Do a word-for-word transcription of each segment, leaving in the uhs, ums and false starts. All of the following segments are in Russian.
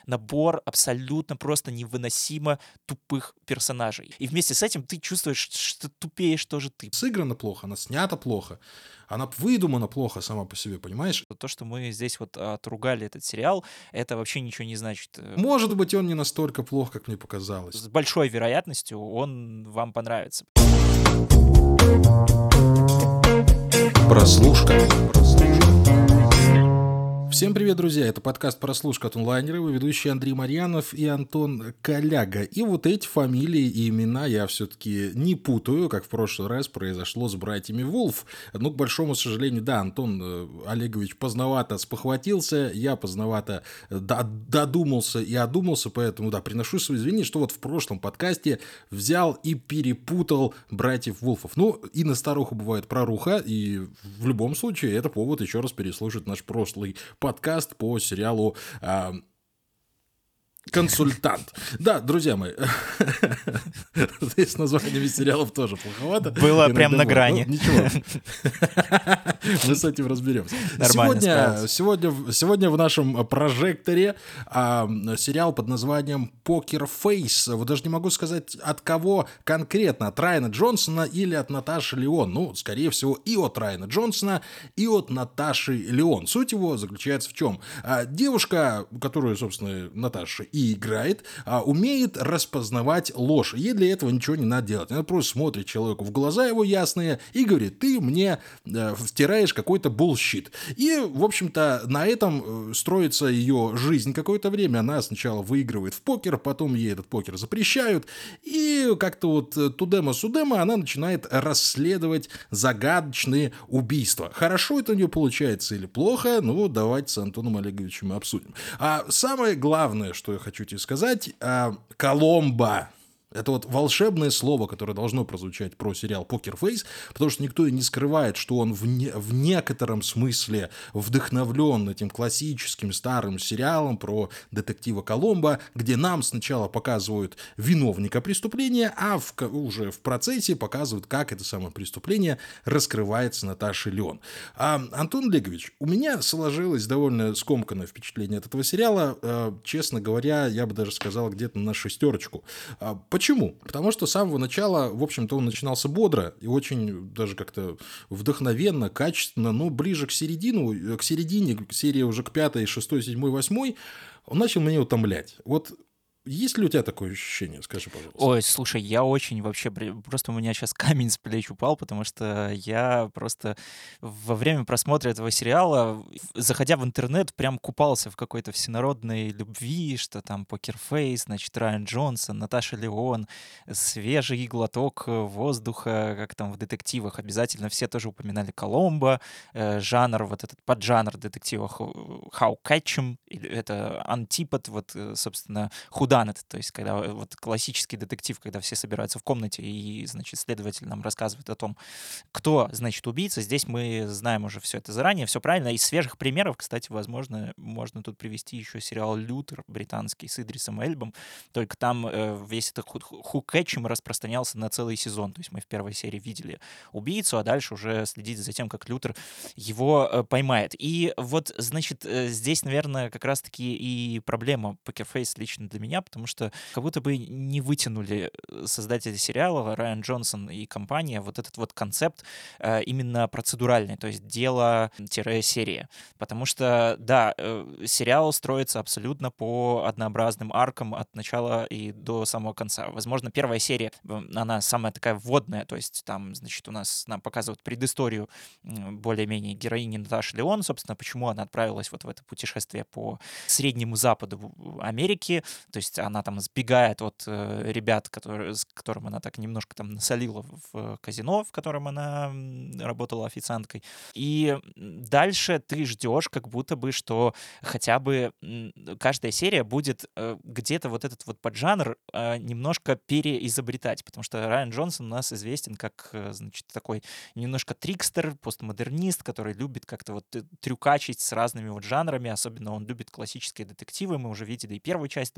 набор абсолютно просто невыносимо тупых персонажей. И вместе с этим ты чувствуешь, что тупеешь тоже ты. Сыграно плохо, она снята плохо, она выдумана плохо сама по себе, понимаешь? То, что мы здесь вот отругали этот сериал, это вообще ничего не значит. Может быть, он не настолько плох, как мне показалось. С большой вероятностью он вам понравится. Прослушка. Всем привет, друзья! Это подкаст «Прослушка» от онлайнера, его ведущие Андрей Марьянов и Антон Коляга. И вот эти фамилии и имена я все-таки не путаю, как в прошлый раз произошло с братьями Вулф. Но, к большому сожалению, да, Антон Олегович поздновато спохватился, я поздновато додумался и одумался, поэтому, да, приношу свои извинения, что вот в прошлом подкасте взял и перепутал братьев Вулфов. Ну, и на старуху бывает проруха, и в любом случае это повод еще раз переслушать наш прошлый подкаст по сериалу а, «Консультант». Да, друзья мои, с названиями сериалов тоже плоховато. Было прям на грани. Ну, ничего, мы с этим разберемся. Сегодня, сегодня, сегодня в нашем прожекторе а, сериал под названием «Покер Фейс». Вот даже не могу сказать, от кого конкретно, от Райана Джонсона или от Наташи Леон. Ну, скорее всего, и от Райана Джонсона, и от Наташи Леон. Суть его заключается в чем? А, девушка, которую, собственно, Наташа и играет, а, умеет распознавать ложь. Ей для этого ничего не надо делать. Она просто смотрит человеку в глаза его ясные и говорит: ты мне э, втираешь какой-то булщит. И, в общем-то, на этом строится ее жизнь какое-то время. Она сначала выигрывает в покер, потом ей этот покер запрещают. И как-то вот тудема-судема она начинает расследовать загадочные убийства. Хорошо это у нее получается или плохо? Ну, давайте с Антоном Олеговичем обсудим. А самое главное, что я хочу тебе сказать, Коломбо. Это вот волшебное слово, которое должно прозвучать про сериал «Покер Фейс», потому что никто и не скрывает, что он в, не, в некотором смысле вдохновлен этим классическим старым сериалом про детектива Коломбо, где нам сначала показывают виновника преступления, а в, уже в процессе показывают, как это самое преступление раскрывается Наташей Леон. А, Антон Олегович, у меня сложилось довольно скомканное впечатление от этого сериала. А, честно говоря, я бы даже сказал, где-то на шестерочку. А, Почему? Потому что с самого начала, в общем-то, он начинался бодро и очень даже как-то вдохновенно, качественно, но ближе к середину, к середине, к серии уже к пятой, шестой, седьмой, восьмой, он начал меня утомлять. Вот есть ли у тебя такое ощущение? Скажи, пожалуйста. Ой, слушай, я очень вообще... Просто у меня сейчас камень с плеч упал, потому что я просто во время просмотра этого сериала, заходя в интернет, прям купался в какой-то всенародной любви, что там Покер Фейс, значит, Райан Джонсон, Наташа Леон, свежий глоток воздуха, как там в детективах. Обязательно все тоже упоминали Коломбо, э, жанр, вот этот поджанр детективов How Catch 'em, это антипод, вот, собственно, художник. То есть, когда вот классический детектив, когда все собираются в комнате, и, значит, следователь нам рассказывает о том, кто, значит, убийца. Здесь мы знаем уже все это заранее, все правильно. Из свежих примеров, кстати, возможно, можно тут привести еще сериал «Лютер» британский с Идрисом Эльбом. Только там э, весь этот хукэтчем распространялся на целый сезон. То есть мы в первой серии видели убийцу, а дальше уже следить за тем, как Лютер его э, поймает. И вот, значит, э, здесь, наверное, как раз-таки и проблема Покер Фейс лично для меня, потому что как будто бы не вытянули создатели сериала, Райан Джонсон и компания, вот этот вот концепт э, именно процедуральный, то есть дело-серия. Потому что, да, э, сериал строится абсолютно по однообразным аркам от начала и до самого конца. Возможно, первая серия, она самая такая вводная, то есть там, значит, у нас нам показывают предысторию более-менее героини Наташи Леон, собственно, почему она отправилась вот в это путешествие по Среднему Западу Америки, то есть она там сбегает от э, ребят, которые, с которым она так немножко там насолила в казино, в котором она работала официанткой. И дальше ты ждешь, как будто бы, что хотя бы каждая серия будет э, где-то вот этот вот поджанр э, немножко переизобретать, потому что Райан Джонсон у нас известен как, э, значит, такой немножко трикстер, постмодернист, который любит как-то вот трюкачить с разными вот жанрами, особенно он любит классические детективы, мы уже видели и первую часть «Достать ножи»,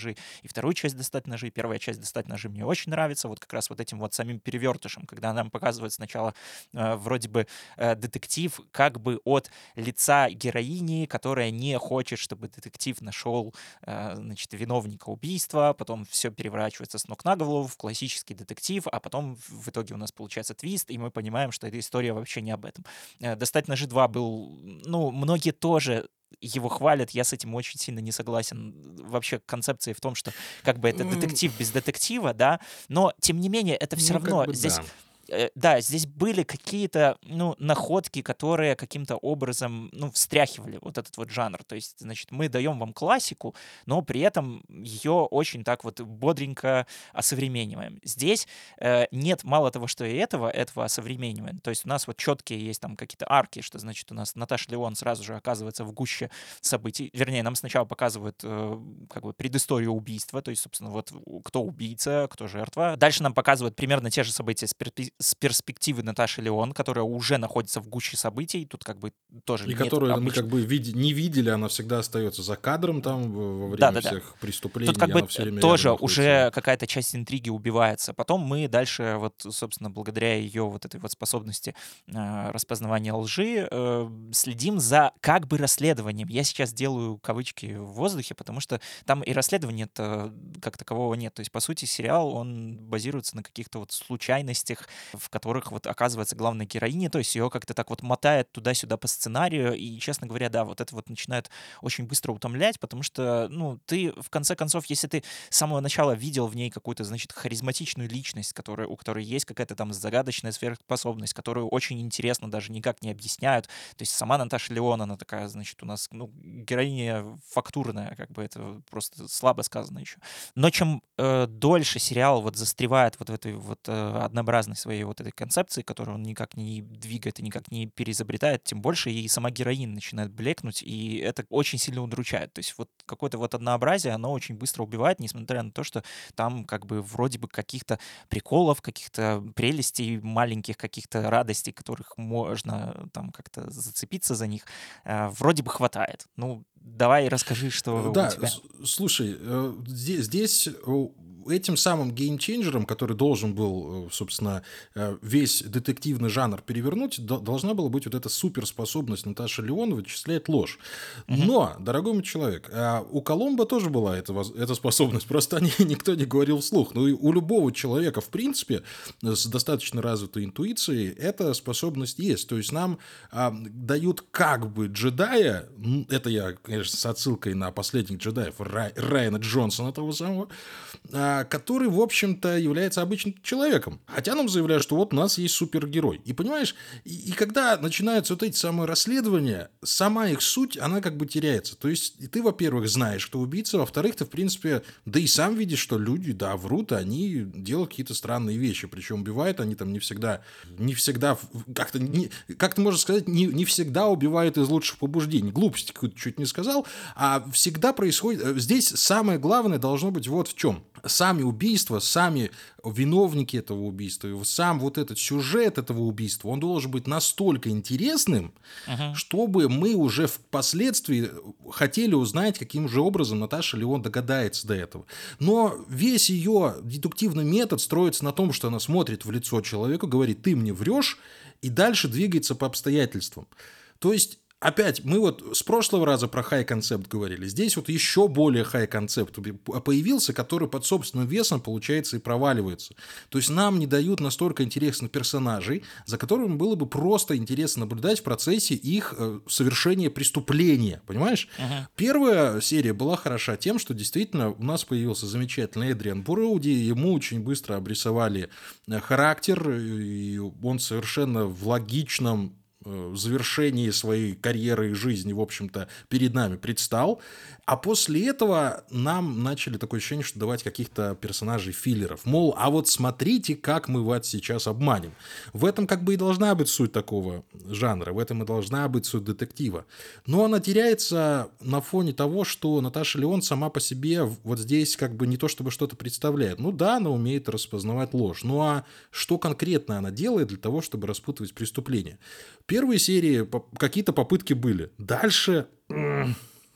ножи, и вторую часть «Достать ножи». Первая часть «Достать ножи» мне очень нравится, вот как раз вот этим вот самим перевертышем, когда нам показывают сначала э, вроде бы э, детектив как бы от лица героини, которая не хочет, чтобы детектив нашел э, значит, виновника убийства, потом все переворачивается с ног на голову в классический детектив, а потом в итоге у нас получается твист, и мы понимаем, что эта история вообще не об этом. Э, «Достать ножи два» был, ну, многие тоже его хвалят, я с этим очень сильно не согласен. Вообще концепция в том, что как бы это детектив без детектива, да, но тем не менее это все Ну, равно как бы здесь... да. э, Да, здесь были какие-то, ну, находки, которые каким-то образом, ну, встряхивали вот этот вот жанр. То есть, значит, мы даем вам классику, но при этом ее очень так вот бодренько осовремениваем. Здесь э, нет мало того, что и этого, этого осовременивания. То есть у нас вот четкие есть там какие-то арки, что значит у нас Наташа Леон сразу же оказывается в гуще событий. Вернее, нам сначала показывают э, как бы предысторию убийства, то есть, собственно, вот кто убийца, кто жертва. Дальше нам показывают примерно те же события с перспективы с перспективы Наташи Леон, которая уже находится в гуще событий, тут как бы тоже И нет которую мы обычно... как бы види- не видели, она всегда остается за кадром там в- во время Да-да-да. всех преступлений, Тут как бы она все время тоже рядом находится. уже какая-то часть интриги убивается. Потом мы дальше, вот, собственно, благодаря ее вот этой вот способности э, распознавания лжи, э, следим за как бы расследованием. Я сейчас делаю кавычки в воздухе, потому что там и расследования-то как такового нет. То есть, по сути, сериал, он базируется на каких-то вот случайностях, в которых вот оказывается главная героиня, то есть ее как-то так вот мотает туда-сюда по сценарию, и, честно говоря, да, вот это вот начинает очень быстро утомлять, потому что, ну, ты, в конце концов, если ты с самого начала видел в ней какую-то, значит, харизматичную личность, которая, у которой есть какая-то там загадочная сверхспособность, которую очень интересно даже никак не объясняют, то есть сама Наташа Леон, она такая, значит, у нас, ну, героиня фактурная, как бы это просто слабо сказано еще. Но чем э, дольше сериал вот застревает вот в этой вот э, однообразной своей вот этой концепции, которую он никак не двигает и никак не переизобретает, тем больше и сама героиня начинает блекнуть, и это очень сильно удручает. То есть вот какое-то вот однообразие, оно очень быстро убивает, несмотря на то, что там как бы вроде бы каких-то приколов, каких-то прелестей, маленьких каких-то радостей, которых можно там как-то зацепиться за них, э, вроде бы хватает. Ну, давай расскажи, что у Да, тебя. с- слушай, э, здесь, здесь э, этим самым геймченджером, который должен был, э, собственно, э, весь детективный жанр перевернуть, до- должна была быть вот эта суперспособность Наташи Леон вычислять ложь. Мгм. Но, дорогой мой человек, а у Коломбо тоже была эта, воз- эта способность, просто о ней никто не говорил вслух. Ну и у любого человека, в принципе, с достаточно развитой интуицией, эта способность есть. То есть нам а, дают как бы джедая, м, это я, конечно, с отсылкой на последних джедаев Рай- Райана Джонсона того самого, а, который, в общем-то, является обычным человеком. Хотя нам заявляют, что вот у нас есть супергерой. И понимаешь, и, и когда начинаются вот эти самые расследования, сама их суть, она как бы теряется. То есть и ты, во-первых, знаешь, кто убийца, во-вторых, ты, в принципе, да и сам видишь, что люди, да, врут, они делают какие-то странные вещи. Причем убивают они там не всегда, не всегда, как-то, не, как ты можешь сказать, не, не всегда убивают из лучших побуждений. Глупости какую-то чуть не сказал, а всегда происходит... Здесь самое главное должно быть вот в чем. Сами убийства, сами виновники этого убийства, сам вот этот сюжет этого убийства, он должен быть настолько интересным, Мгм. чтобы мы уже впоследствии хотели узнать, каким же образом Наташа Леон догадается до этого. Но весь ее дедуктивный метод строится на том, что она смотрит в лицо человеку, говорит: ты мне врешь, и дальше двигается по обстоятельствам. То есть опять, мы вот с прошлого раза про хай-концепт говорили. Здесь вот еще более хай-концепт появился, который под собственным весом, получается, и проваливается. То есть нам не дают настолько интересных персонажей, за которыми было бы просто интересно наблюдать в процессе их э, совершения преступления. Понимаешь? Мгм. Первая серия была хороша тем, что действительно у нас появился замечательный Эдриан Броуди, ему очень быстро обрисовали э, характер, и он совершенно в логичном в завершении своей карьеры и жизни, в общем-то, перед нами предстал. А после этого нам начали такое ощущение, что давать каких-то персонажей филлеров. Мол, а вот смотрите, как мы вас сейчас обманем. В этом как бы и должна быть суть такого жанра, в этом и должна быть суть детектива. Но она теряется на фоне того, что Наташа Леон сама по себе вот здесь как бы не то чтобы что-то представляет. Ну да, она умеет распознавать ложь. Ну а что конкретно она делает для того, чтобы распутывать преступления? Первые серии какие-то попытки были. Дальше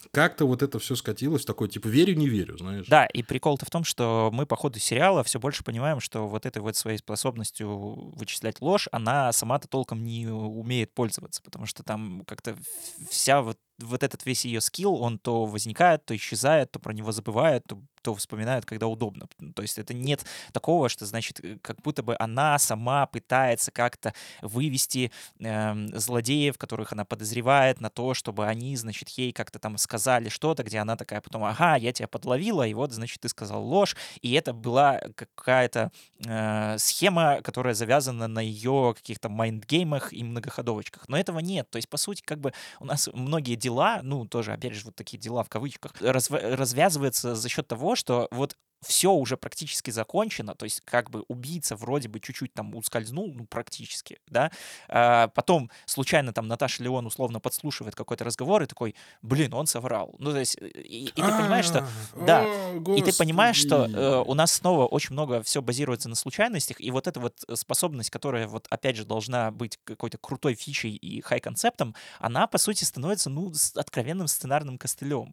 как-то вот это все скатилось, такой, типа, верю, не верю, знаешь. Да, и прикол-то в том, что мы по ходу сериала все больше понимаем, что вот этой вот своей способностью вычислять ложь, она сама-то толком не умеет пользоваться, потому что там как-то вся вот вот этот весь ее скилл, он то возникает, то исчезает, то про него забывает, то, то вспоминает, когда удобно. То есть это нет такого, что, значит, как будто бы она сама пытается как-то вывести э, злодеев, которых она подозревает, на то, чтобы они, значит, ей как-то там сказали что-то, где она такая потом, ага, я тебя подловила, и вот, значит, ты сказал ложь. И это была какая-то э, схема, которая завязана на ее каких-то майндгеймах и многоходовочках. Но этого нет. То есть, по сути, как бы у нас многие дела дела, ну, тоже, опять же, вот такие дела в кавычках, разв- развязываются за счет того, что вот все уже практически закончено, то есть как бы убийца вроде бы чуть-чуть там ускользнул, ну, практически, да, а потом случайно там Наташа Леон условно подслушивает какой-то разговор и такой, блин, он соврал. Ну, то есть, и, и ты понимаешь, что, да, и ты понимаешь, что э, у нас снова очень много все базируется на случайностях, и вот эта вот способность, которая вот, опять же, должна быть какой-то крутой фичей и хай-концептом, она, по сути, становится, ну, откровенным сценарным костылем,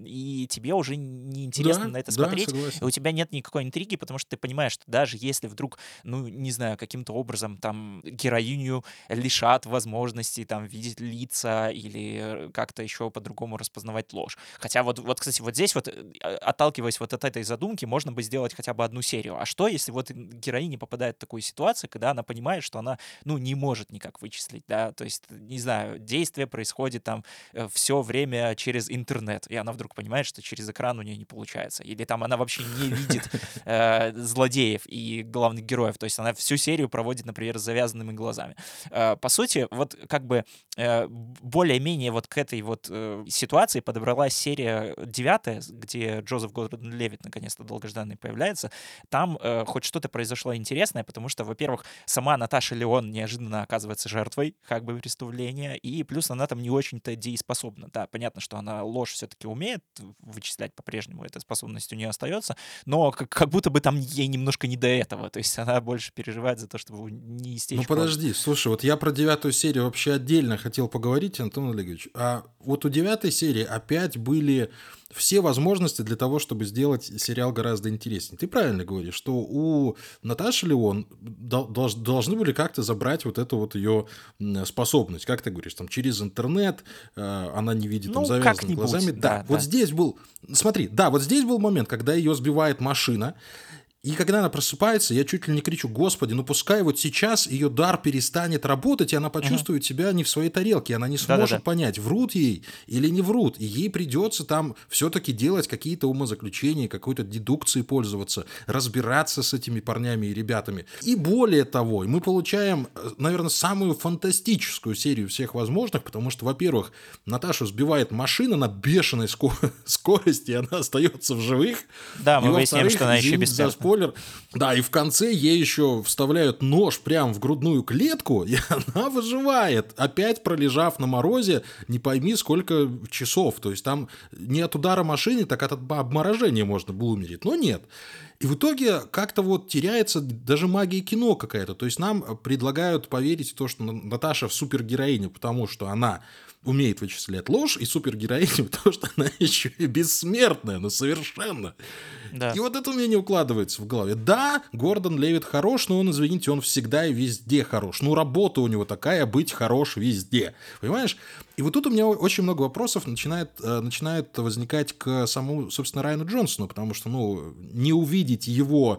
и тебе уже неинтересно Да, на это да, смотреть, согласен. и у тебя нет никакой интриги, потому что ты понимаешь, что даже если вдруг, ну, не знаю, каким-то образом там героиню лишат возможности там видеть лица или как-то еще по-другому распознавать ложь. Хотя вот, вот, кстати, вот здесь вот, отталкиваясь вот от этой задумки, можно бы сделать хотя бы одну серию. А что, если вот героиня попадает в такую ситуацию, когда она понимает, что она, ну, не может никак вычислить, да, то есть, не знаю, действие происходит там все время через интернет, и она вдруг понимает, что через экран у нее не получается. Или там она вообще не видит э, злодеев и главных героев. То есть она всю серию проводит, например, с завязанными глазами. Э, по сути, вот как бы э, более-менее вот к этой вот э, ситуации подобралась серия девятая, где Джозеф Гордон-Левитт наконец-то долгожданный появляется. Там э, хоть что-то произошло интересное, потому что, во-первых, сама Наташа Леон неожиданно оказывается жертвой как бы преступления, и плюс она там не очень-то дееспособна. Да, понятно, что она ложь все-таки умеет вычислять по-прежнему, эта способность у нее остается, но как, как будто бы там ей немножко не до этого. То есть она больше переживает за то, чтобы не истечь Ну кровью. подожди, слушай, вот я про девятую серию вообще отдельно хотел поговорить, Антон Олегович. А вот у девятой серии опять были все возможности для того, чтобы сделать сериал гораздо интереснее. Ты правильно говоришь, что у Наташи Леон дол- должны были как-то забрать вот эту вот ее способность. Как ты говоришь, там через интернет, э, она не видит там Ну, завязанными глазами. Да, да, вот да. здесь был, смотри, да, вот здесь был момент, когда ее сбивает машина. И когда она просыпается, я чуть ли не кричу: Господи, ну пускай вот сейчас ее дар перестанет работать, и она почувствует угу. себя не в своей тарелке, она не сможет Да-да-да. понять, врут ей или не врут, и ей придется там все-таки делать какие-то умозаключения, какой-то дедукцией пользоваться, разбираться с этими парнями и ребятами. И более того, мы получаем, наверное, самую фантастическую серию всех возможных, потому что, во-первых, Наташу сбивает машина на бешеной скорости, и она остается в живых. Да, мы выясняем, что она еще бессмертна. Да, и в конце ей еще вставляют нож прямо в грудную клетку, и она выживает, опять пролежав на морозе не пойми сколько часов. То есть там не от удара машины, так от обморожения можно было умереть, но нет. И в итоге как-то вот теряется даже магия кино какая-то. То есть нам предлагают поверить в то, что Наташа супергероиня, потому что она умеет вычислять ложь, и супергероиня, потому что она еще и бессмертная, ну совершенно. Да. И вот это у меня не укладывается в голове. Да, Гордон Левитт хорош, но он, извините, он всегда и везде хорош. Ну, работа у него такая — быть хорош везде. Понимаешь? И вот тут у меня очень много вопросов начинает, начинает возникать к самому, собственно, Райану Джонсону, потому что, ну, не увидеть его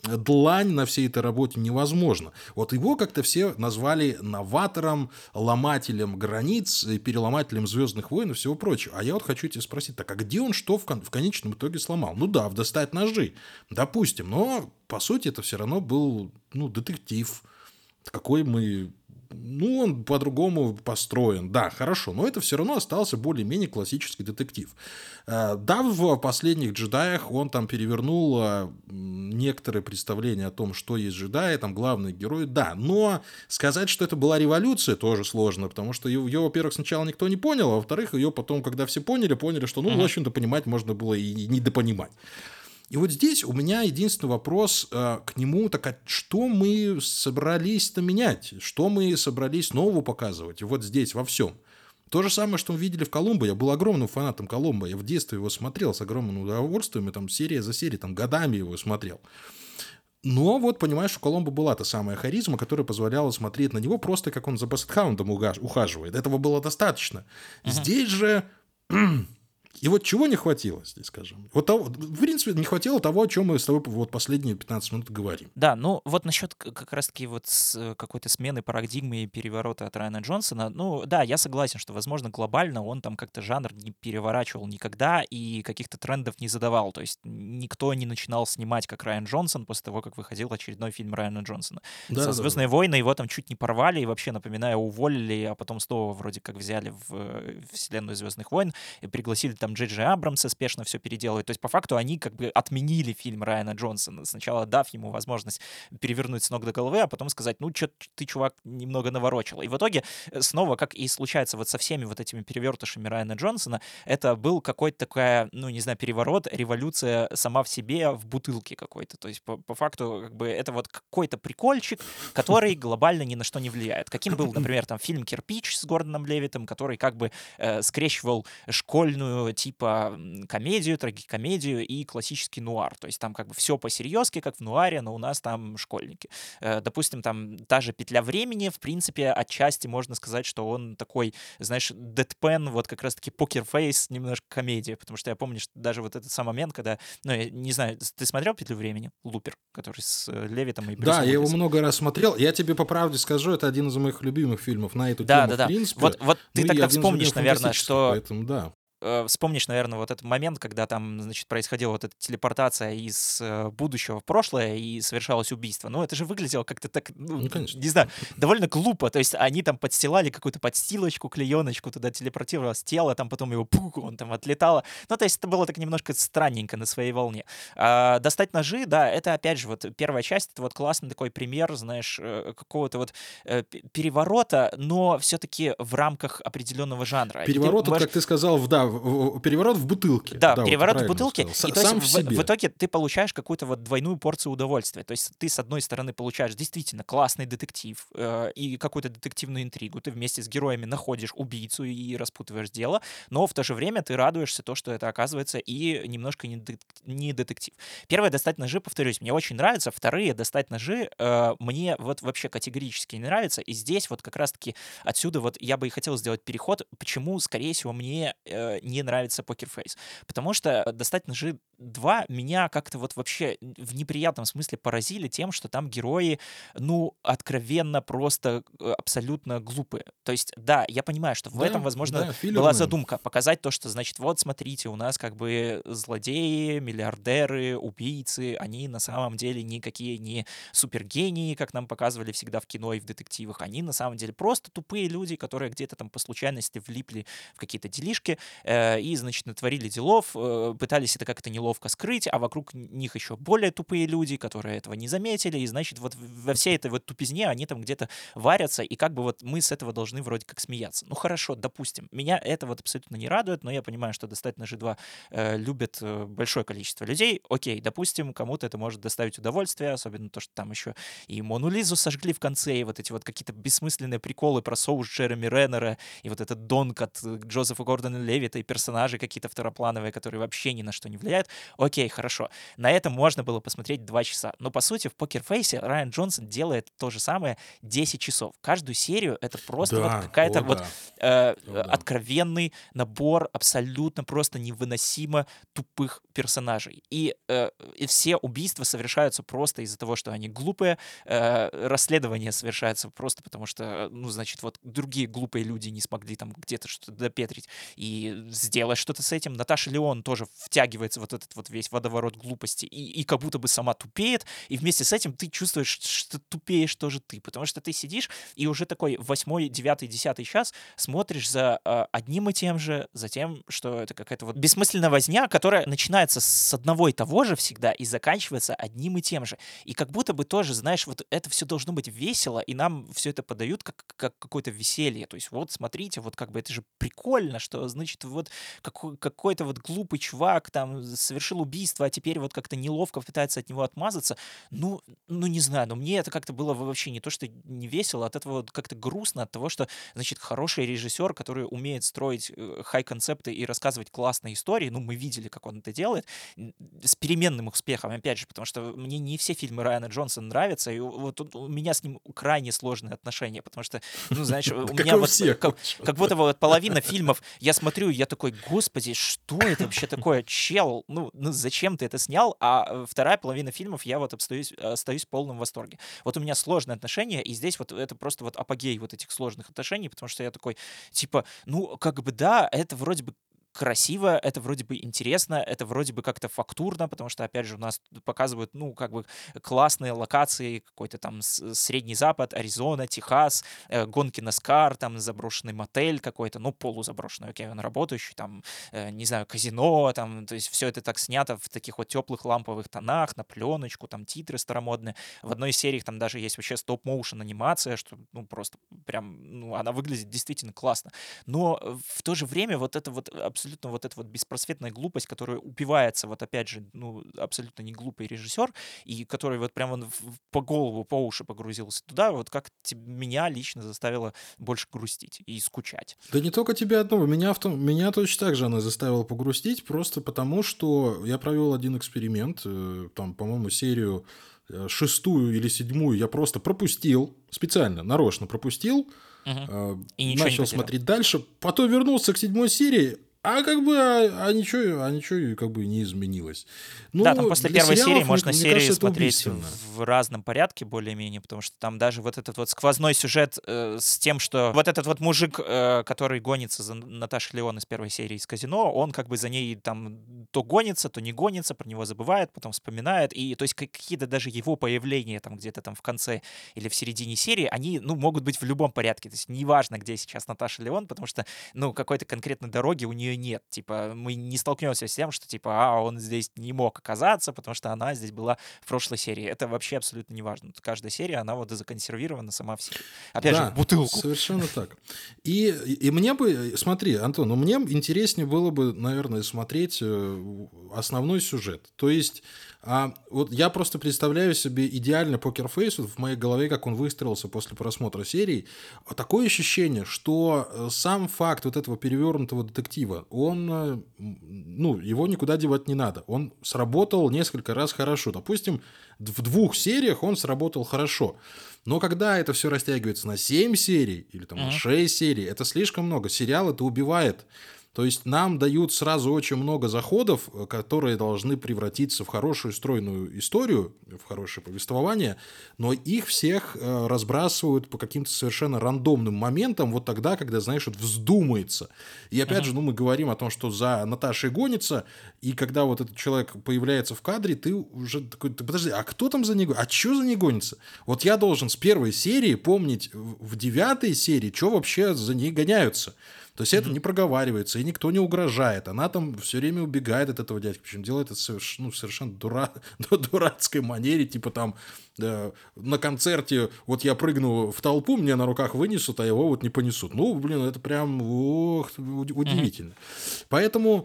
длань на всей этой работе невозможно. Вот его как-то все назвали новатором, ломателем границ, переломателем «Звездных войн» и всего прочего. А я вот хочу тебя спросить, так а где он что в, кон- в конечном итоге сломал? Ну да, в «Достать ножи», допустим, но по сути это все равно был, ну, детектив. Какой мы... Ну, он по-другому построен. Да, хорошо, но это все равно остался более-менее классический детектив. Да, в «Последних джедаях» он там перевернул некоторые представления о том, что есть джедаи, там главный герой, да, но сказать, что это была революция, тоже сложно, потому что ее, ее во-первых, сначала никто не понял, а во-вторых, ее потом, когда все поняли, поняли, что, ну, в общем-то, понимать можно было и недопонимать. И вот здесь у меня единственный вопрос э, к нему, так а что мы собрались-то менять? Что мы собрались нового показывать? Вот здесь во всем. То же самое, что мы видели в «Колумбо». Я был огромным фанатом «Колумбо». Я в детстве его смотрел с огромным удовольствием, и там серия за серией, там годами его смотрел. Но вот, понимаешь, у Колумбо была та самая харизма, которая позволяла смотреть на него просто, как он за Бассет-хаундом ухаживает. Этого было достаточно. Uh-huh. Здесь же... И вот чего не хватило здесь, скажем? Вот того, в принципе, не хватило того, о чем мы с тобой вот последние пятнадцать минут говорим. Да, ну вот насчет как раз-таки вот с какой-то смены парадигмы и переворота от Райана Джонсона, ну да, я согласен, что, возможно, глобально он там как-то жанр не переворачивал никогда и каких-то трендов не задавал, то есть никто не начинал снимать как Райан Джонсон после того, как выходил очередной фильм Райана Джонсона. Да, Со да, «Звездные да. войны» его там чуть не порвали и вообще, напоминаю, уволили, а потом снова вроде как взяли в вселенную «Звездных войн» и пригласили там Джей Джей Абрамса спешно все переделывать. То есть, по факту, они как бы отменили фильм Райана Джонсона, сначала дав ему возможность перевернуть с ног до головы, а потом сказать, ну, что ты, чувак, немного наворочил. И в итоге снова, как и случается вот со всеми вот этими перевертышами Райана Джонсона, это был какой-то такая, ну, не знаю, переворот, революция сама в себе в бутылке какой-то. То есть, по, по факту, как бы это вот какой-то прикольчик, который глобально ни на что не влияет. Каким был, например, там фильм «Кирпич» с Гордоном Левиттом, который как бы э, скрещивал школьную типа комедию, трагикомедию и классический нуар. То есть там как бы все по-серьезки, как в нуаре, но у нас там школьники. Э, допустим, там та же «Петля времени», в принципе, отчасти можно сказать, что он такой, знаешь, Дэдпен, вот как раз-таки покерфейс, немножко комедия, потому что я помню, что даже вот этот сам момент, когда, ну, я не знаю, ты смотрел «Петлю времени»? Лупер, который с Левиттом и Брюсом Да, я его Уиллисом. много раз смотрел. Я тебе по правде скажу, это один из моих любимых фильмов на эту да, тему, да, да. в принципе. Вот, вот ты ну, тогда вспомнишь, наверное, что... Поэтому, да. Вспомнишь, наверное, вот этот момент, когда там, значит, происходила вот эта телепортация из э, будущего в прошлое и совершалось убийство. Ну, это же выглядело как-то так, ну, ну конечно. не знаю, довольно глупо. То есть они там подстилали какую-то подстилочку, клееночку, туда телепортировалось тело, там потом его пук, он там отлетало. Ну, то есть это было так немножко странненько на своей волне. А, достать ножи, да, это, опять же, вот первая часть, это вот классный такой пример, знаешь, какого-то вот э, переворота, но все-таки в рамках определенного жанра. Переворот, ты можешь... как ты сказал, в, да, переворот в бутылке. Да, да переворот вот в бутылке. И Сам то есть в, в, себе. в итоге ты получаешь какую-то вот двойную порцию удовольствия. То есть ты, с одной стороны, получаешь действительно классный детектив э, и какую-то детективную интригу. Ты вместе с героями находишь убийцу и распутываешь дело, но в то же время ты радуешься то, что это оказывается и немножко не, де- не детектив. Первое, достать ножи, повторюсь, мне очень нравится. Вторые, достать ножи, э, мне вот вообще категорически не нравится. И здесь вот как раз-таки отсюда вот я бы и хотел сделать переход, почему, скорее всего, мне э, не нравится покерфейс. Потому что «Достать ножи два» меня как-то вот вообще в неприятном смысле поразили тем, что там герои, ну, откровенно просто абсолютно глупые. То есть, да, я понимаю, что в да, этом, возможно, да, была задумка показать то, что, значит, вот, смотрите, у нас как бы злодеи, миллиардеры, убийцы, они на самом деле никакие не супергении, как нам показывали всегда в кино и в детективах. Они на самом деле просто тупые люди, которые где-то там по случайности влипли в какие-то делишки, и, значит, натворили делов, пытались это как-то неловко скрыть, а вокруг них еще более тупые люди, которые этого не заметили, и, значит, вот во всей этой вот тупизне они там где-то варятся, и как бы вот мы с этого должны вроде как смеяться. Ну, хорошо, допустим. Меня это вот абсолютно не радует, но я понимаю, что «Достать ножи два» э, любят э, большое количество людей. Окей, допустим, кому-то это может доставить удовольствие, особенно то, что там еще и Мону Лизу сожгли в конце, и вот эти вот какие-то бессмысленные приколы про соус Джереми Реннера, и вот этот донк от Джозефа Гордона Левитта, и персонажи какие-то второплановые, которые вообще ни на что не влияют. Окей, хорошо. На это можно было посмотреть два часа. Но, по сути, в «Покерфейсе» Райан Джонсон делает то же самое десять часов. Каждую серию это просто да, вот какая-то о, вот да. э, о, да. откровенный набор абсолютно просто невыносимо тупых персонажей. И, э, и все убийства совершаются просто из-за того, что они глупые. Э, расследование совершается просто потому, что, ну, значит, вот другие глупые люди не смогли там где-то что-то допетрить и сделать что-то с этим. Наташа Леон тоже втягивается вот этот вот весь водоворот глупости и, и как будто бы сама тупеет, и вместе с этим ты чувствуешь, что тупеешь тоже ты, потому что ты сидишь и уже такой восьмой, девятый, десятый час смотришь за э, одним и тем же, за тем, что это какая-то вот бессмысленная возня, которая начинается с одного и того же всегда и заканчивается одним и тем же. И как будто бы тоже, знаешь, вот это все должно быть весело, и нам все это подают как, как какое-то веселье. То есть вот, смотрите, вот как бы это же прикольно, что, значит, вот вот какой- какой-то вот глупый чувак там совершил убийство, а теперь вот как-то неловко пытается от него отмазаться. Ну, ну не знаю, но мне это как-то было вообще не то, что не весело, от этого вот как-то грустно, от того, что, значит, хороший режиссер, который умеет строить э, хай-концепты и рассказывать классные истории, ну, мы видели, как он это делает, н- с переменным успехом, опять же, потому что мне не все фильмы Райана Джонсона нравятся, и у- вот тут у меня с ним крайне сложные отношения, потому что, ну, знаешь, у Как меня у вот э, всех, в как, общем. как будто вот половина фильмов я смотрю, и я такой, господи, что это вообще такое, чел, ну, ну зачем ты это снял? А э, вторая половина фильмов я вот остаюсь, остаюсь в полном восторге. Вот у меня сложные отношения, и здесь вот это просто вот апогей вот этих сложных отношений, потому что я такой, типа, ну, как бы да, это вроде бы красиво, это вроде бы интересно, это вроде бы как-то фактурно, потому что, опять же, у нас тут показывают, ну, как бы классные локации, какой-то там с- Средний Запад, Аризона, Техас, э, гонки на Скар, там заброшенный мотель какой-то, ну, полузаброшенный, окей, он работающий, там, э, не знаю, казино, там, то есть все это так снято в таких вот теплых ламповых тонах, на пленочку, там титры старомодные. В одной из серий там даже есть вообще стоп-моушен анимация, что, ну, просто прям, ну, она выглядит действительно классно. Но э, в то же время вот это вот абсолютно вот эта вот беспросветная глупость, которая упивается, вот опять же, ну, абсолютно не глупый режиссер, и который вот прям он в- в- по голову, по уши погрузился туда, вот как те- меня лично заставило больше грустить и скучать. Да не только тебя одного, меня, в том, меня точно так же она заставила погрустить, просто потому что я провел один эксперимент, э, там, по-моему, серию э, шестую или седьмую я просто пропустил, специально, нарочно пропустил, Мгм. э, И ничего не начал потерял. смотреть дальше, потом вернулся к седьмой серии, а как бы, а, а ничего, а ничего как бы не изменилось. Да, там Ну, после для первой серии сериалов, мне, можно мне серии кажется, это смотреть убийственно. в разном порядке более-менее, потому что там даже вот этот вот сквозной сюжет э, с тем, что вот этот вот мужик, э, который гонится за Наташей Леон из первой серии из «Казино», он как бы за ней там то гонится, то не гонится, про него забывает, потом вспоминает, и то есть как- какие-то даже его появления там где-то там в конце или в середине серии, они, ну, могут быть в любом порядке, то есть неважно, где сейчас Наташа Леон, потому что, ну, какой-то конкретной дороги у нее нет, типа, мы не столкнемся с тем, что, типа, а, он здесь не мог оказаться, потому что она здесь была в прошлой серии. Это вообще абсолютно не важно. Тут каждая серия, она вот законсервирована сама в себе. Опять же, в Да, бутылку. совершенно так. И, и мне бы, смотри, Антон, ну мне интереснее было бы, наверное, смотреть э, основной сюжет. То есть, а, вот я просто представляю себе идеально покерфейс вот в моей голове, как он выстроился после просмотра серии. Такое ощущение, что э, сам факт вот этого перевернутого детектива, он, э, м, ну, его никуда девать не надо. Он сработал несколько раз хорошо. Допустим, в двух сериях он сработал хорошо. Но когда это все растягивается на семь серий или там, на Мгм. шесть серий, это слишком много. Сериал это убивает. То есть нам дают сразу очень много заходов, э, которые должны превратиться в хорошую стройную историю, в хорошее повествование, но их всех э, разбрасывают по каким-то совершенно рандомным моментам, вот тогда, когда, знаешь, вот вздумается. И опять Мгм. же, ну, мы говорим о том, что за Наташей гонится, и когда вот этот человек появляется в кадре, ты уже такой, «Ты подожди, а кто там за ней гонится? А что за ней гонится? Вот я должен с первой серии помнить в в девятой серии, что вообще за ней гоняются. То есть это Мгм. не проговаривается, и никто не угрожает. Она там все время убегает от этого дядьки. Причем делает это соверш- ну, в совершенно дура... дурацкой манере. Типа там э, на концерте вот я прыгну в толпу, мне на руках вынесут, а его вот не понесут. Ну, блин, это прям ох, уд- Мгм. удивительно. Поэтому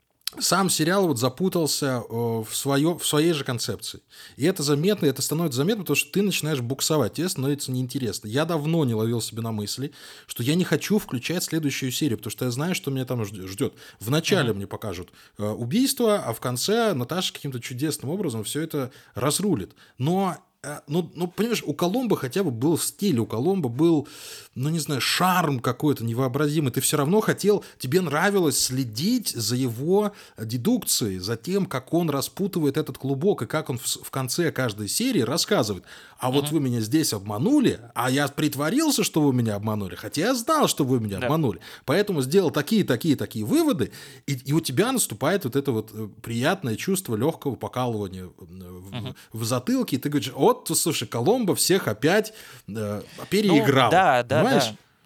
сам сериал вот запутался э, в, свое, в своей же концепции. И это заметно, и это становится заметно, потому что ты начинаешь буксовать, тебе становится неинтересно. Я давно не ловил себе на мысли, что я не хочу включать следующую серию, потому что я знаю, что меня там ждет. Вначале Мгм. мне покажут э, убийство, а в конце Наташа каким-то чудесным образом все это разрулит. Но э, ну, ну, понимаешь, у Коломбо хотя бы был стиль, у Коломбо был, ну, не знаю, шарм какой-то невообразимый. Ты все равно хотел, тебе нравилось следить за его дедукцией, за тем, как он распутывает этот клубок, и как он в, в конце каждой серии рассказывает. А вот Мгм. вы меня здесь обманули, а я притворился, что вы меня обманули, хотя я знал, что вы меня Да. обманули. Поэтому сделал такие, такие, такие выводы, и, и у тебя наступает вот это вот э, приятное чувство легкого покалывания э, в, Мгм. в затылке, и ты говоришь, вот, слушай, Коломбо всех опять э, Ну, переиграл. да, да, Понимаешь? да.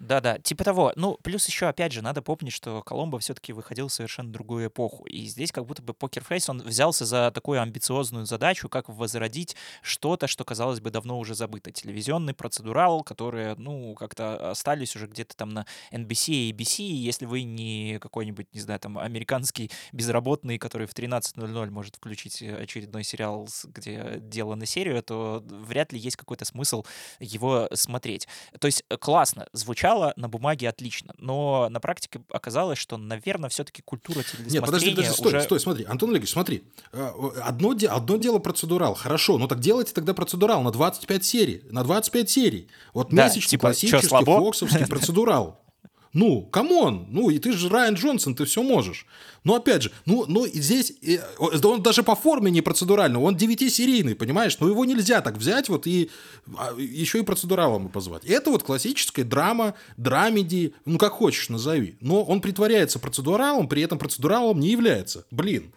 Да-да, типа того. Ну, плюс еще, опять же, надо помнить, что Коломбо все-таки выходил в совершенно другую эпоху. И здесь как будто бы Покер Фейс, он взялся за такую амбициозную задачу, как возродить что-то, что, казалось бы, давно уже забыто. Телевизионный процедурал, которые, ну, как-то остались уже где-то там на эн би си и эй би си. И если вы не какой-нибудь, не знаю, там, американский безработный, который в тринадцать ноль ноль может включить очередной сериал, где дело на серию, то вряд ли есть какой-то смысл его смотреть. То есть классно звучало, на бумаге отлично, но на практике оказалось, что, наверное, все-таки культура телесмотрения Нет, подожди, подожди, стой, уже... стой, смотри, Антон Олегович, смотри, одно, де- одно дело процедурал, хорошо, ну так делайте тогда процедурал на двадцать пять серий, на двадцать пять серий, вот Да, месячный типа, классический чё, слабо? фоксовский процедурал. Ну, камон, ну и ты же Райан Джонсон, ты все можешь. Но опять же, ну, ну и здесь, э, он даже по форме не процедуральный, он девятисерийный, понимаешь? Но его нельзя так взять вот и а, еще и процедуралом позвать. Это вот классическая драма, драмеди, ну как хочешь назови. Но он притворяется процедуралом, при этом процедуралом не является. Блин.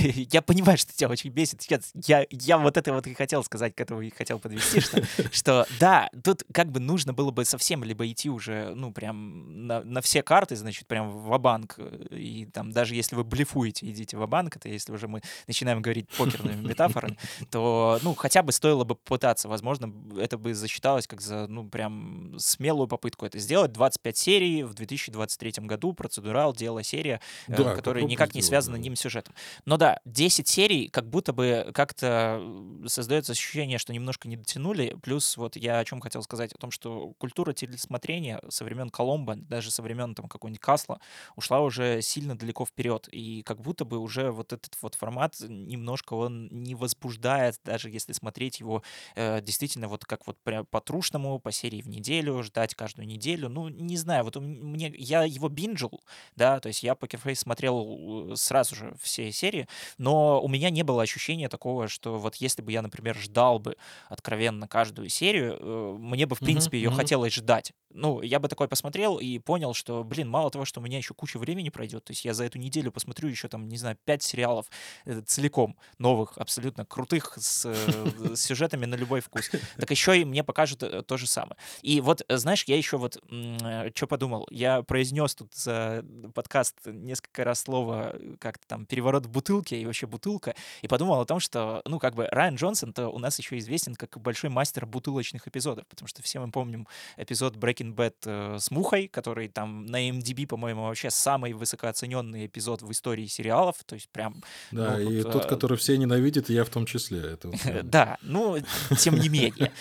Я понимаю, что тебя очень бесит. Я, я вот это вот и хотел сказать, к этому и хотел подвести, что, что да, тут как бы нужно было бы совсем либо идти уже, ну, прям на, на все карты, значит, прям ва-банк, и там даже если вы блефуете, идите ва-банк, это если уже мы начинаем говорить покерными метафорами, то, ну, хотя бы стоило бы попытаться, возможно, это бы засчиталось как за, ну, прям смелую попытку это сделать. двадцать пять серий в две тысячи двадцать третьем году, процедурал, дело, серия, Да, которая никак не сделать, связана да. одним сюжетом. Но да, десять серий, как будто бы как-то создается ощущение, что немножко не дотянули. Плюс вот я о чем хотел сказать, о том, что культура телесмотрения со времен Коломбо, даже со времен там какого-нибудь Касла, ушла уже сильно далеко вперед. И как будто бы уже вот этот вот формат немножко он не возбуждает, даже если смотреть его э, действительно вот как вот прям по-трушному, по серии в неделю, ждать каждую неделю. Ну, не знаю, вот у меня, я его бинджил, да, то есть я Покер Фейс смотрел сразу же все серии, но у меня не было ощущения такого, что вот если бы я, например, ждал бы откровенно каждую серию, мне бы, в принципе, Угу, ее угу. хотелось ждать. Ну, я бы такой посмотрел и понял, что, блин, мало того, что у меня еще куча времени пройдет, то есть я за эту неделю посмотрю еще там, не знаю, пять сериалов э, целиком, новых, абсолютно крутых, с, э, с сюжетами на любой вкус, так еще и мне покажут э, то же самое. И вот, знаешь, я еще вот э, что подумал, я произнес тут за подкаст несколько раз слово как-то там переворот в бутылке и вообще бутылка, и подумал о том, что, ну, как бы Райан Джонсон-то у нас еще известен как большой мастер бутылочных эпизодов, потому что все мы помним эпизод Breaking Bad э, с Мухой, который там на эм ди би, по-моему, вообще самый высокооцененный эпизод в истории сериалов, то есть прям... Да, ну, и вот, тот, э, который все ненавидят, и я в том числе. Это вот, да, ну, тем не менее.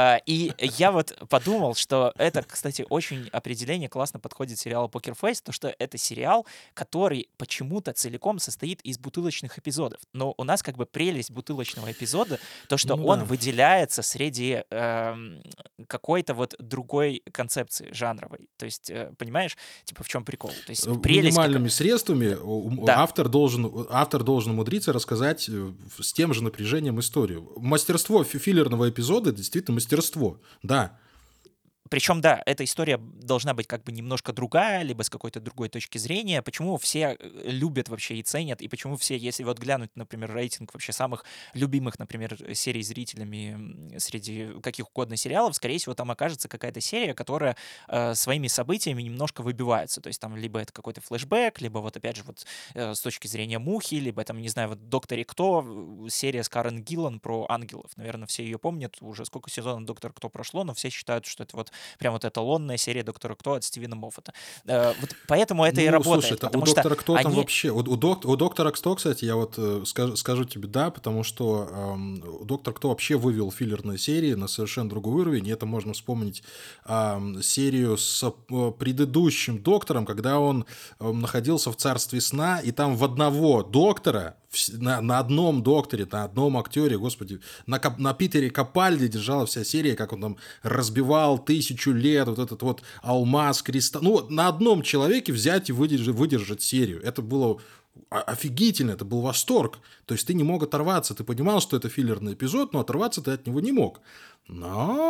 И я вот подумал, что это, кстати, очень определение классно подходит сериалу Покер Фейс, то что это сериал, который почему-то целиком состоит из бутылочных эпизодов. Но у нас как бы прелесть бутылочного эпизода, то, что ну, он да. выделяется среди э, какой-то вот другой концепции жанровой. То есть, э, понимаешь, типа в чем прикол? То есть прелесть Минимальными какая... средствами Да. автор, должен, автор должен умудриться рассказать с тем же напряжением историю. Мастерство филлерного эпизода действительно мастерство, да. Причем, да, эта история должна быть как бы немножко другая, либо с какой-то другой точки зрения. Почему все любят вообще и ценят, и почему все, если вот глянуть, например, рейтинг вообще самых любимых, например, серий зрителями среди каких угодно сериалов, скорее всего, там окажется какая-то серия, которая э, своими событиями немножко выбивается. То есть там либо это какой-то флешбэк, либо вот опять же вот э, с точки зрения Мухи, либо там, не знаю, вот «Докторе Кто», серия с Карен Гиллан про ангелов. Наверное, все ее помнят. Уже сколько сезонов «Доктор Кто» прошло, но все считают, что это вот прям вот эталонная серия «Доктора Кто» от Стивена Моффата. Э, вот поэтому это ну, и работает. Слушай, потому у «Доктора что Кто» они... там вообще... У, у, док, у «Доктора Кто», кстати, я вот э, скажу, скажу тебе да, потому что эм, «Доктор Кто» вообще вывел филлерные серии на совершенно другой уровень, и это можно вспомнить эм, серию с э, предыдущим доктором, когда он э, находился в царстве сна, и там в одного доктора На, на одном докторе, на одном актере, господи, на, на Питере Капальди держала вся серия, как он там разбивал тысячу лет, вот этот вот алмаз, кристалл. Ну, на одном человеке взять и выдержать, выдержать серию. Это было офигительно, это был восторг. То есть ты не мог оторваться, ты понимал, что это филлерный эпизод, но оторваться ты от него не мог. Но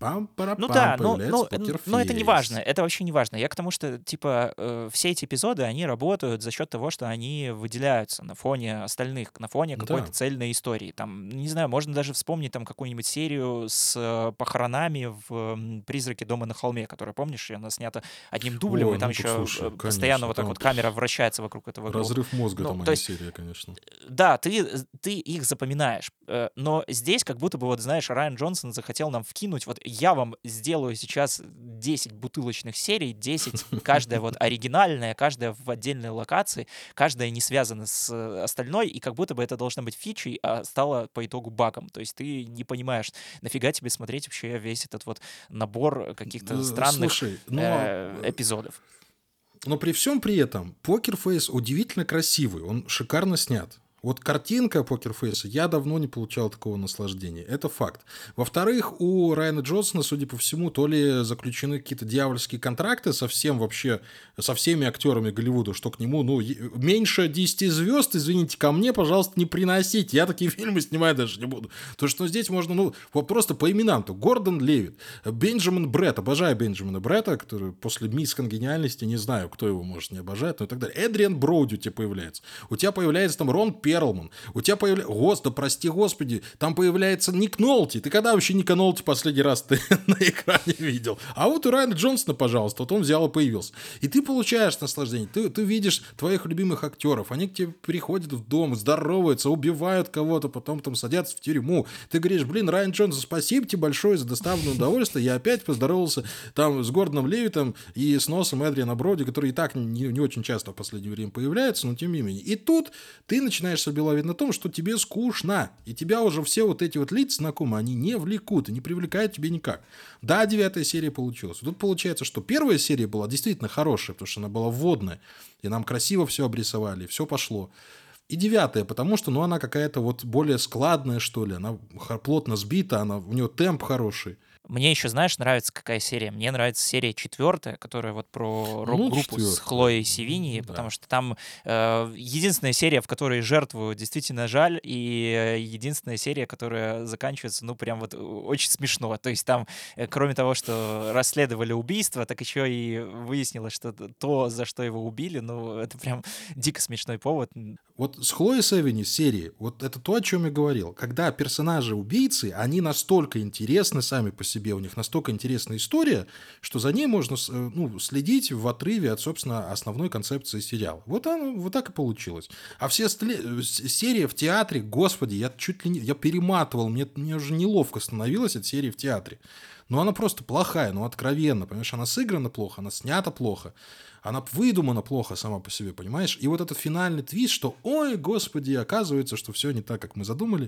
Ну да, Пам-парапам, но, появляется но, но это не важно, покерфейс. это вообще не важно. Я к тому, что, типа, э, все эти эпизоды, они работают за счет того, что они выделяются на фоне остальных, на фоне какой-то Да. цельной истории. Там, не знаю, можно даже вспомнить там какую-нибудь серию с э, похоронами в м, «Призраке дома на холме», которая, помнишь, она снята одним дублем, и Ой, там ну так еще слушай, э, постоянно конечно, вот так там вот камера вращается вокруг этого гроба. разрыв мозга Ну, там, а то не есть серия, конечно. да, ты, ты их запоминаешь, э, но здесь как будто бы, вот знаешь, Райан Джонсон захотел нам вкинуть, вот я вам сделаю сейчас десять бутылочных серий, десять, каждая вот оригинальная, каждая в отдельной локации, каждая не связана с э, остальной, и как будто бы это должно быть фичей, а стало по итогу багом. То есть ты не понимаешь, нафига тебе смотреть вообще весь этот вот набор каких-то Э, странных Слушай, но э, эпизодов. Но при всем при этом Покерфейс удивительно красивый, он шикарно снят. Вот картинка Покерфейса, я давно не получал такого наслаждения. Это факт. Во-вторых, у Райана Джонсона, судя по всему, то ли заключены какие-то дьявольские контракты со всем вообще, со всеми актерами Голливуда, что к нему, ну, меньше десяти звезд, извините, ко мне, пожалуйста, не приносите. Я такие фильмы снимать даже не буду. То, что здесь можно, ну, вот просто по именам-то. Гордон Левитт, Бенджамин Бретт, обожаю Бенджамина Бретта, который после «Мисс Конгениальности», не знаю, кто его может не обожать, но и так далее. Эдриан Броуди у тебя появляется. У тебя появляется там Рон Перлман. У тебя появляется... Господи, прости господи, там появляется Ник Нолти. Ты когда вообще Ника Нолти последний раз ты на экране видел? А вот у Райана Джонсона, пожалуйста, вот он взял и появился. И ты получаешь наслаждение. Ты, ты видишь твоих любимых актеров. Они к тебе приходят в дом, здороваются, убивают кого-то, потом там садятся в тюрьму. Ты говоришь, блин, Райан Джонсон, спасибо тебе большое за доставленное удовольствие. Я опять поздоровался там с Гордоном Левиттом и с носом Эдриана Броуди, который и так не, не очень часто в последнее время появляется, но тем не менее. И тут ты начинаешь себе ловить на том, что тебе скучно, и тебя уже все вот эти вот лица знакомые, они не влекут и не привлекают тебе никак. Да, девятая серия получилась. Тут получается, что первая серия была действительно хорошая, потому что она была вводная, и нам красиво все обрисовали, все пошло. И девятая, потому что, ну, она какая-то вот более складная, что ли, она плотно сбита, она, у нее темп хороший. Мне еще, знаешь, нравится какая серия? Мне нравится серия четвертая, которая вот про Ну, рок-группу с четвертая, Хлоей Севини, да. потому что там э, единственная серия, в которой жертву действительно жаль, и единственная серия, которая заканчивается, ну, прям вот очень смешно. То есть там, э, кроме того, что расследовали убийство, так еще и выяснилось, что то, за что его убили, ну, это прям дико смешной повод. Вот с Хлоей Севини серии, вот это то, о чем я говорил. Когда персонажи-убийцы, они настолько интересны сами по себе, у них настолько интересная история, что за ней можно ну, следить в отрыве от, собственно, основной концепции сериала. Вот, оно, вот так и получилось. А все остальные серии в театре, господи, я чуть ли не... Я перематывал, мне, мне уже неловко становилось от серии в театре. Но она просто плохая, ну откровенно, понимаешь, она сыграна плохо, она снята плохо, она выдумана плохо сама по себе, понимаешь? И вот этот финальный твист, что, ой, господи, оказывается, что все не так, как мы задумали.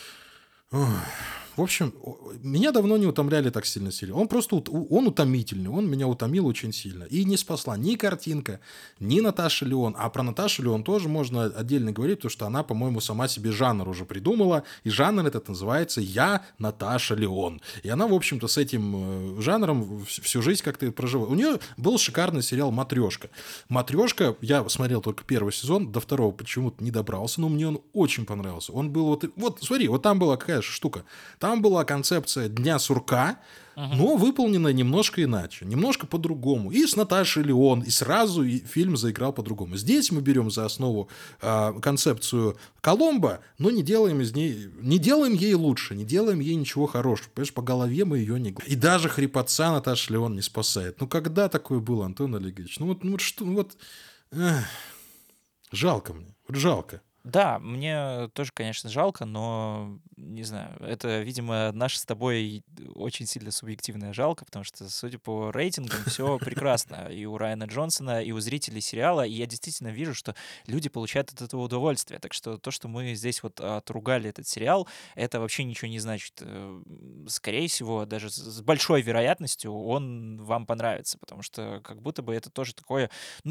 Ой. В общем, меня давно не утомляли так сильно серии. Он просто он утомительный, он меня утомил очень сильно. И не спасла ни картинка, ни Наташа Леон. А про Наташу Леон тоже можно отдельно говорить, потому что она, по-моему, сама себе жанр уже придумала. И жанр этот называется «Я Наташа Леон». И она, в общем-то, с этим жанром всю жизнь как-то проживает. У нее был шикарный сериал «Матрешка». «Матрешка», я смотрел только первый сезон, до второго почему-то не добрался, но мне он очень понравился. Он был вот... Вот, смотри, вот там была какая штука. Там была концепция Дня сурка, uh-huh. но выполненная немножко иначе, немножко по-другому. И с Наташей Леон, и сразу и фильм заиграл по-другому. Здесь мы берем за основу э, концепцию Коломбо, но не делаем из ней, не делаем ей лучше, не делаем ей ничего хорошего. Понимаешь, по голове мы ее не... И даже хрипотца Наташа Леон не спасает. Ну, когда такое было, Антон Олегович? Ну, вот, ну, вот что, вот... Эх, жалко мне, вот жалко. Да, мне тоже, конечно, жалко, но, не знаю, это, видимо, наше с тобой очень сильно субъективная жалко, потому что, судя по рейтингам, все прекрасно и у Райана Джонсона, и у зрителей сериала, и я действительно вижу, что люди получают от этого удовольствие, так что то, что мы здесь вот отругали этот сериал, это вообще ничего не значит. Скорее всего, даже с большой вероятностью он вам понравится, потому что как будто бы это тоже такое, ну,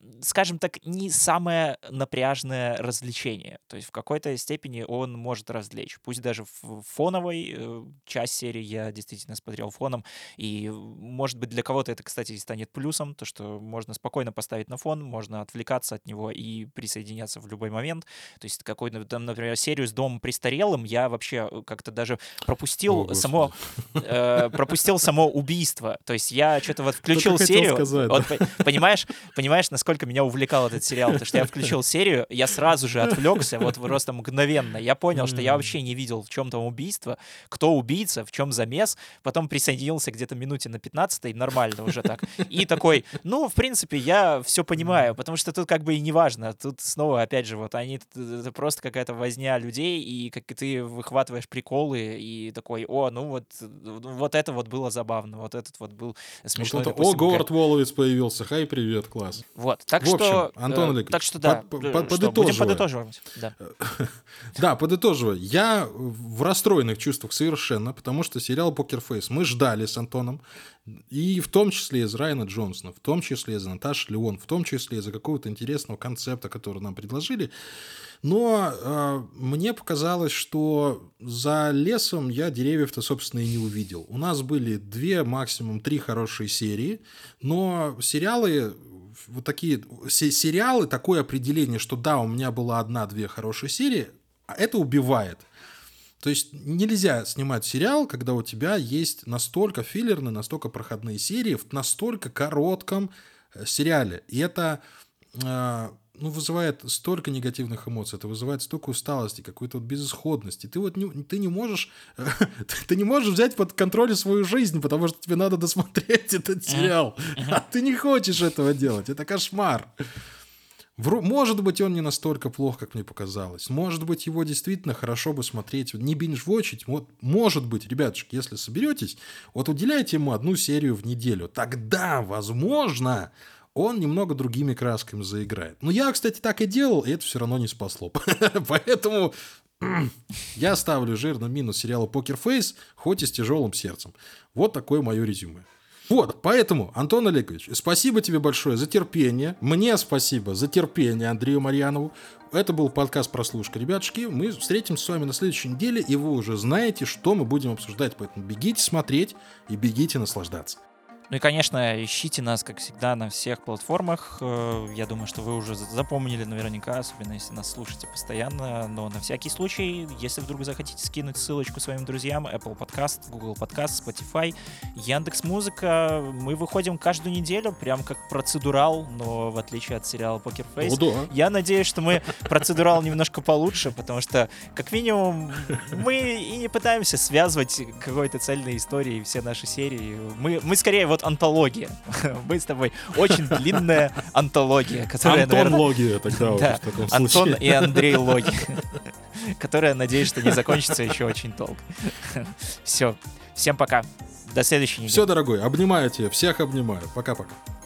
скажем так, не самое напряжное развлечение. То есть в какой-то степени он может развлечь. Пусть даже в фоновой э, часть серии я действительно смотрел фоном, и, может быть, для кого-то это, кстати, станет плюсом, то, что можно спокойно поставить на фон, можно отвлекаться от него и присоединяться в любой момент. То есть какой-то, там, например, серию с домом престарелым я вообще как-то даже пропустил О, само э, пропустил само убийство. То есть я что-то вот включил Только серию, сказать, вот, да. понимаешь, понимаешь, насколько меня увлекал этот сериал, потому что я включил серию, я сразу же отвлекся, вот просто мгновенно. Я понял, что я вообще не видел, в чем там убийство, кто убийца, в чем замес. Потом присоединился где-то минуте на пятнадцатой, нормально уже так. И такой, ну, в принципе, я все понимаю, потому что тут как бы и не важно. Тут снова, опять же, вот они, это просто какая-то возня людей, и как ты выхватываешь приколы, и такой, о, ну вот, вот это вот было забавно, вот этот вот был смешной. Вот это, допустим, о, Говард Воловец появился, хай, привет, класс. Вот, так В общем, что... Антон э, Олегович, так что да, под- э, под- что, будем подытоживая. подытоживать. Да. Да, подытоживая, я в расстроенных чувствах совершенно, потому что сериал «Покер Фейс» мы ждали с Антоном, и в том числе из Райана Джонсона, в том числе из Наташи Леон, в том числе из-за какого-то интересного концепта, который нам предложили. Но э, мне показалось, что за лесом я деревьев-то, собственно, и не увидел. У нас были две, максимум три хорошие серии, но сериалы, вот такие се- сериалы, такое определение, что да, у меня была одна-две хорошие серии, это убивает. То есть нельзя снимать сериал, когда у тебя есть настолько филлерные, настолько проходные серии в настолько коротком сериале. И это э, ну, вызывает столько негативных эмоций, это вызывает столько усталости, какой-то вот безысходности. Ты вот не, ты не можешь ты не можешь взять под контроль свою жизнь, потому что тебе надо досмотреть этот сериал. А ты не хочешь этого делать. Это кошмар. Может быть, он не настолько плох, как мне показалось. Может быть, его действительно хорошо бы смотреть, не бинж-вотчить. Вот, может быть, ребятушки, если соберетесь, вот уделяйте ему одну серию в неделю. Тогда, возможно, он немного другими красками заиграет. Но я, кстати, так и делал, и это все равно не спасло. Поэтому я ставлю жирный минус сериалу «Покер Фейс», хоть и с тяжелым сердцем. Вот такое мое резюме. Вот, поэтому, Антон Олегович, спасибо тебе большое за терпение. Мне спасибо за терпение Андрею Марьянову. Это был подкаст «Прослушка». Ребятушки, мы встретимся с вами на следующей неделе, и вы уже знаете, что мы будем обсуждать. Поэтому бегите смотреть и бегите наслаждаться. Ну и, конечно, ищите нас, как всегда, на всех платформах. Я думаю, что вы уже запомнили наверняка, особенно если нас слушаете постоянно. Но на всякий случай, если вдруг захотите скинуть ссылочку своим друзьям, Apple Podcast, Google Podcast, Spotify, Яндекс.Музыка, мы выходим каждую неделю, прям как процедурал, но в отличие от сериала «Покер Фейс». О, да. Я надеюсь, что мы процедурал немножко получше, потому что, как минимум, мы и не пытаемся связывать какой-то цельной историей все наши серии. Мы, мы скорее вот антология. Мы с тобой очень длинная антология, которая, Антон-логия тогда уже да, в таком Антон случае. и Андрей логи, которая, надеюсь, что не закончится еще очень долго. Все. Всем пока. До следующей недели. Все, дорогой, обнимаю тебя. Всех обнимаю. Пока-пока.